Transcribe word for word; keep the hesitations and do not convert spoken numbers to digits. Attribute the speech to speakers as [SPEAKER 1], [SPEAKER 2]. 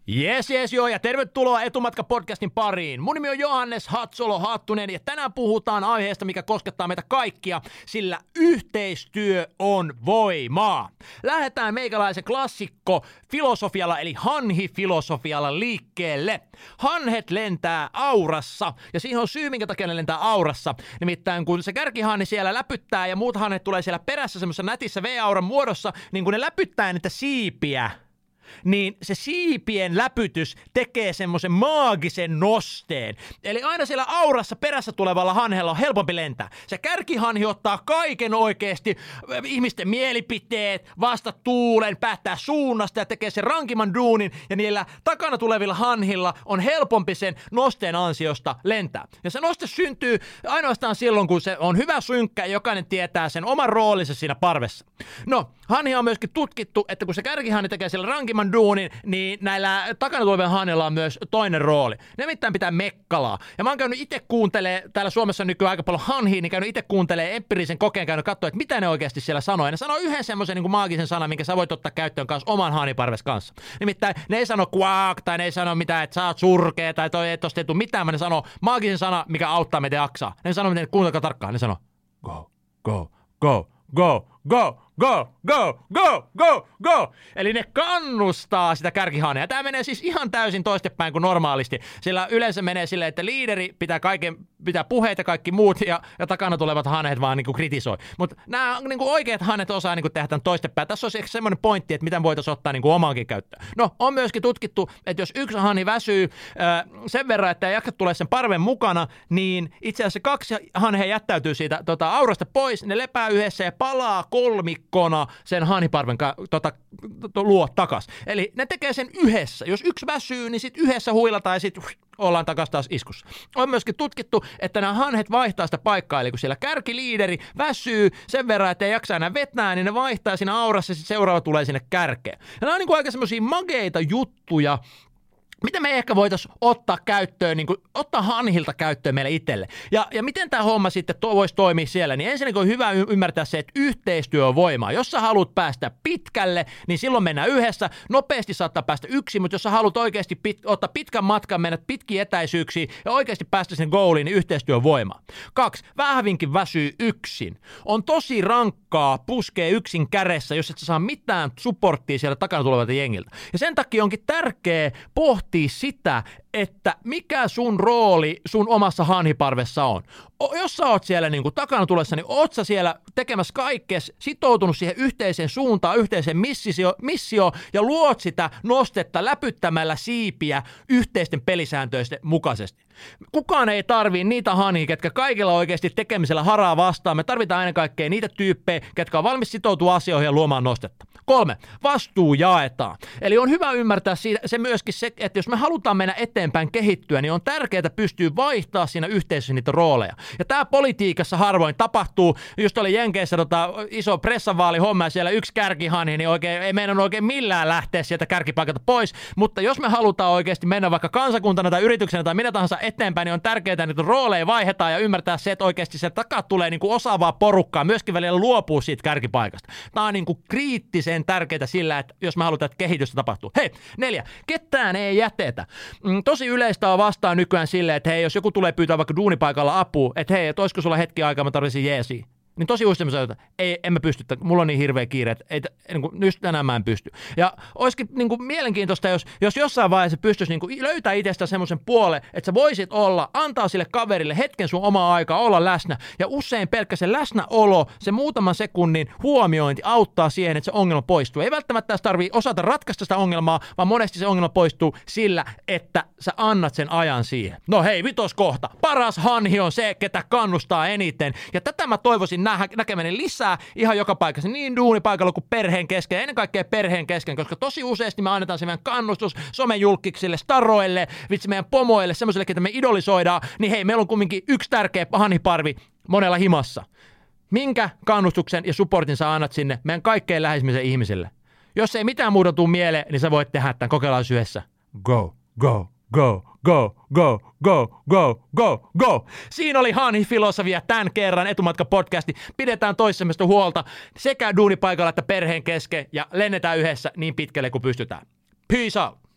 [SPEAKER 1] Jes, jes, joo, ja tervetuloa Etumatka-podcastin pariin. Mun nimi on Johannes Hatsolo-Hattunen, ja tänään puhutaan aiheesta, mikä koskettaa meitä kaikkia, sillä yhteistyö on voimaa. Lähdetään meikäläisen klassikko filosofialla, eli hanhi-filosofialla liikkeelle. Hanhet lentää aurassa, ja siihen on syy, minkä takia ne lentää aurassa. Nimittäin kun se kärkihanhi siellä läpyttää, ja muut hanhet tulee siellä perässä semmoisessa nätissä V-auran muodossa, niin kun ne läpyttää niitä siipiä, niin se siipien läpytys tekee semmoisen maagisen nosteen. Eli aina siellä aurassa perässä tulevalla hanhella on helpompi lentää. Se kärkihanhi ottaa kaiken oikeasti, ihmisten mielipiteet, vasta tuulen, päättää suunnasta ja tekee sen rankimman duunin, ja niillä takana tulevilla hanhilla on helpompi sen nosteen ansiosta lentää. Ja se noste syntyy ainoastaan silloin, kun se on hyvä synkkä ja jokainen tietää sen oman roolinsa siinä parvessa. No, hanhia on myöskin tutkittu, että kun se kärkihanhi tekee siellä rankimman duunin, niin näillä takana tulevilla hanhilla on myös toinen rooli. Ne nimittäin pitää mekkalaa. Ja mä oon käynyt itse kuuntelee, täällä Suomessa on nykyään aika paljon hanhia, niin käynyt itse kuuntelee empiirisen kokeen, käynyt katsoa, että mitä ne oikeasti siellä sanoo. Ja ne sanoo yhden semmoisen niin kuin maagisen sanan, minkä sä voit ottaa käyttöön kanssa oman hanhiparves kanssa. Nimittäin ne ei sano quack, tai ne ei sano mitään, että sä oot surkea, tai toi, et tosta ei tule mitään, vaan ne sanoo maagisen sana, mikä auttaa meitä jaksaa. Ne sanoo, miten kuuntelkaa tarkkaan. Ne sanoo go, go, go, go, go. Go, go, go, go, go! Eli ne kannustaa sitä kärkihanhea. Tämä menee siis ihan täysin toistepäin kuin normaalisti, sillä yleensä menee silleen, että liideri pitää, kaiken, pitää puheet ja kaikki muut, ja, ja takana tulevat hanhet vaan niinku kritisoi. Mutta nämä niinku oikeat hanhet osaa niinku tehdä tämän toistepäin. Tässä on semmoinen pointti, että miten voitaisiin ottaa niinku omaankin käyttöön. No, on myöskin tutkittu, että jos yksi hanhi väsyy äh, sen verran, että ei jaksa tulee sen parven mukana, niin itse asiassa kaksi hanhea jättäytyy siitä tota, aurasta pois, ne lepää yhdessä ja palaa kolmikko kona sen hanhiparven ka- tota, to, luo takas. Eli ne tekee sen yhdessä. Jos yksi väsyy, niin sitten yhdessä huilataan ja sitten ollaan takas taas iskussa. On myöskin tutkittu, että nämä hanhet vaihtaa sitä paikkaa. Eli kun siellä kärkiliideri väsyy sen verran, että ei jaksa enää vetää, niin ne vaihtaa siinä aurassa ja sitten seuraava tulee sinne kärkeen. Ja nämä on niin kuin aika semmoisia mageita juttuja, mitä me ehkä voitaisiin ottaa käyttöön, niin kuin, ottaa hanhilta käyttöön meille itselle. Ja, ja miten tämä homma sitten to, voisi toimia siellä, niin ensinnäkin on hyvä y- ymmärtää se, että yhteistyö on voimaa. Jos sä haluat päästä pitkälle, niin silloin mennään yhdessä. Nopeasti saattaa päästä yksin, mutta jos sä haluat oikeasti pit, ottaa pitkän matkan, mennä pitkiä etäisyyksiä ja oikeasti päästä sen goaliin, niin yhteistyö on voimaa. Kaksi, vähävinkin väsyy yksin. On tosi rankkaa puskee yksin kädessä, jos et sä saa mitään supporttia siellä takana tulevalta jengiltä. Ja sen takia onkin tärkeä pohtia sitä, että mikä sun rooli sun omassa hanhiparvessa on. O, jos sä oot siellä niin kuin takana tulessa, niin oot sä siellä tekemässä kaikkea, sitoutunut siihen yhteiseen suuntaan, yhteiseen missio, missio ja luot sitä nostetta läpyttämällä siipiä yhteisten pelisääntöisten mukaisesti. Kukaan ei tarvii niitä hanhia, ketkä kaikilla oikeasti tekemisellä haraa vastaan. Me tarvitaan ennen kaikkea niitä tyyppejä, ketkä on valmis sitoutua asioihin ja luomaan nostetta. Kolme, vastuu jaetaan. Eli on hyvä ymmärtää siitä, se myöskin se, että jos me halutaan mennä eteenpäin kehittyä, niin on tärkeää pystyä vaihtaa siinä yhteisössä niitä rooleja. Ja tämä politiikassa harvoin tapahtuu. Just oli Jenkeissä tota, iso pressavaalihomma ja siellä yksi kärkihanhi, niin oikein, ei meidän oikein millään lähteä sieltä kärkipaikalta pois. Mutta jos me halutaan oikeasti mennä vaikka kansakuntana tai yrityksenä tai minä tahansa eteenpäin, niin on tärkeää, että niitä rooleja vaihdetaan ja ymmärtää se, että oikeasti se takaa tulee niin kuin osaavaa porukkaa, myöskin välillä luopuu siitä kärkipaikasta. Tämä on niin kuin kriittisen tärkeää sillä, että jos me halutaan, että kehitystä tapahtuu. Hei, neljä, ketään ei jätetä. Tosi yleistä on vastaan nykyään silleen, että hei, jos joku tulee pyytää vaikka duunipaikalla apua, että hei, että olisiko sulla hetki aikaa, mä tarvitsin jeesiä. Niin tosi usein sanotaan, että ei, en mä pysty, mulla on niin hirveä kiire, että ei, niin kuin, just tänään mä en pysty. Ja olisikin niin kuin, mielenkiintoista, jos, jos jossain vaiheessa pystyisi niin kuin, löytää itsestä semmoisen puolen, että sä voisit olla, antaa sille kaverille hetken sun omaa aikaa olla läsnä. Ja usein pelkkä se läsnäolo, se muutaman sekunnin huomiointi auttaa siihen, että se ongelma poistuu. Ei välttämättä tarvitse osata ratkaista sitä ongelmaa, vaan monesti se ongelma poistuu sillä, että sä annat sen ajan siihen. No hei, vitoskohta. Paras hanhi on se, ketä kannustaa eniten. Ja tätä mä toivoisin nä- näkemäni lisää ihan joka paikassa, niin duunipaikalla kuin perheen kesken, ja ennen kaikkea perheen kesken, koska tosi useasti me annetaan se meidän kannustus somejulkiksille, staroille, vitsi meidän pomoille, semmoisille, ketä me idolisoidaan, niin hei, meillä on kumminkin yksi tärkeä hanhiparvi monella himassa. Minkä kannustuksen ja supportin sä annat sinne meidän kaikkein läheisimmille ihmisille? Jos ei mitään muuta tuu mieleen, niin sä voit tehdä tämän, kokeillaan yhdessä. Go, go, go, go, go, go, go, go, go. Siinä oli hanhifilosofia tämän kerran Etumatka-podcasti. Pidetään toisemmasta huolta sekä duunipaikalla että perheen kesken ja lennetään yhdessä niin pitkälle kuin pystytään. Peace out!